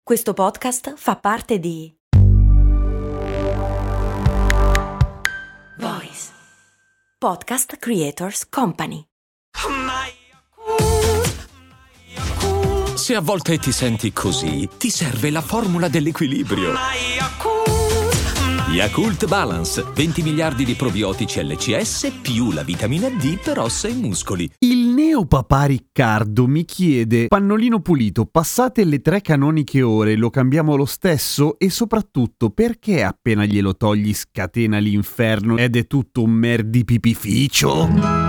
Questo podcast fa parte di Voice Podcast Creators Company. Se a volte ti senti così, ti serve la formula dell'equilibrio. Yakult Balance, 20 miliardi di probiotici LCS più la vitamina D per ossa e muscoli. Il neopapà Riccardo mi chiede: pannolino pulito, passate le 3 canoniche ore, lo cambiamo lo stesso? E soprattutto, perché appena glielo togli scatena l'inferno ed è tutto un mer di pipificio?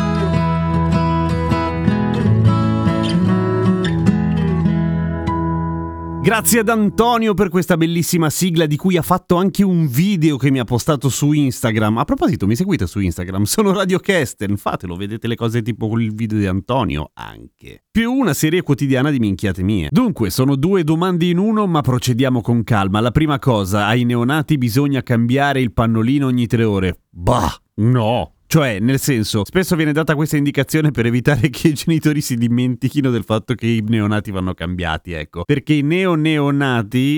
Grazie ad Antonio per questa bellissima sigla di cui ha fatto anche un video che mi ha postato su Instagram. A proposito, mi seguite su Instagram? Sono Radio Kesten, fatelo, vedete le cose tipo il video di Antonio anche. Più una serie quotidiana di minchiate mie. Dunque, sono 2 domande in uno, ma procediamo con calma. La prima cosa, ai neonati bisogna cambiare il pannolino ogni 3 ore. Bah, no! Cioè, nel senso, spesso viene data questa indicazione per evitare che i genitori si dimentichino del fatto che i neonati vanno cambiati, ecco. Perché i neonati,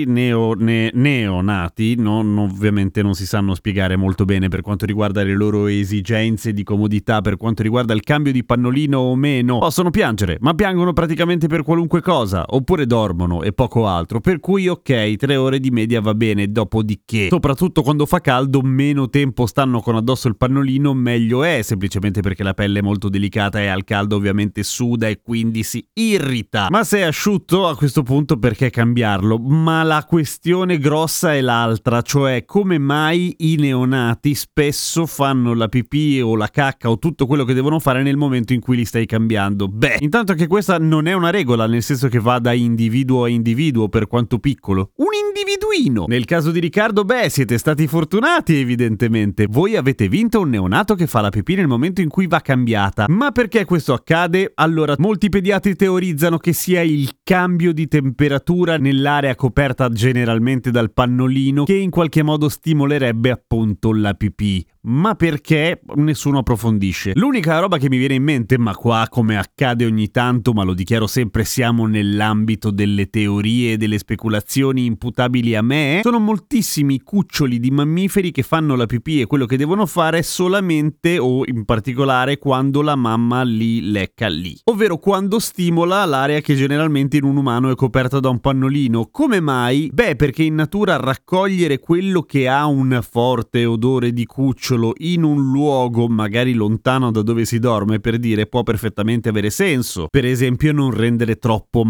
ovviamente non si sanno spiegare molto bene per quanto riguarda le loro esigenze di comodità, per quanto riguarda il cambio di pannolino o meno. Possono piangere, ma piangono praticamente per qualunque cosa, oppure dormono e poco altro. Per cui ok, 3 ore di media va bene, dopodiché, soprattutto quando fa caldo, meno tempo stanno con addosso il pannolino, meglio è, semplicemente perché la pelle è molto delicata e al caldo ovviamente suda e quindi si irrita. Ma se è asciutto, a questo punto perché cambiarlo? Ma la questione grossa è l'altra, cioè come mai i neonati spesso fanno la pipì o la cacca o tutto quello che devono fare nel momento in cui li stai cambiando? Beh, intanto che questa non è una regola, nel senso che va da individuo a individuo per quanto piccolo. Un individuino! Nel caso di Riccardo, siete stati fortunati evidentemente. Voi avete vinto un neonato che fa la pipì nel momento in cui va cambiata. Ma perché questo accade? Allora, molti pediatri teorizzano che sia il cambio di temperatura nell'area coperta generalmente dal pannolino che in qualche modo stimolerebbe appunto la pipì. Ma perché? Nessuno approfondisce. L'unica roba che mi viene in mente, ma qua come accade ogni tanto, ma lo dichiaro sempre, siamo nell'ambito delle teorie e delle speculazioni imputabili a me, sono moltissimi cuccioli di mammiferi che fanno la pipì e quello che devono fare solamente o in particolare quando la mamma li lecca lì, ovvero quando stimola l'area che generalmente in un umano è coperta da un pannolino. Come mai? Perché in natura raccogliere quello che ha un forte odore di cucciolo in un luogo magari lontano da dove si dorme, per dire, può perfettamente avere senso. Per esempio, non rendere troppo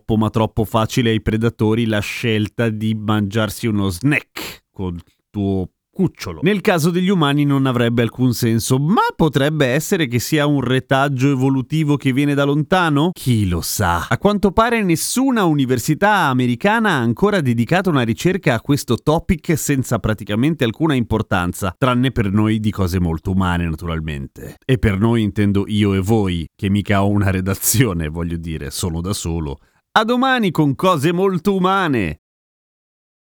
facile ai predatori la scelta di mangiarsi uno snack col tuo cucciolo. Nel caso degli umani non avrebbe alcun senso, ma potrebbe essere che sia un retaggio evolutivo che viene da lontano? Chi lo sa? A quanto pare nessuna università americana ha ancora dedicato una ricerca a questo topic senza praticamente alcuna importanza, tranne per noi di cose molto umane naturalmente. E per noi intendo io e voi, che mica ho una redazione, voglio dire, sono da solo. A domani con cose molto umane!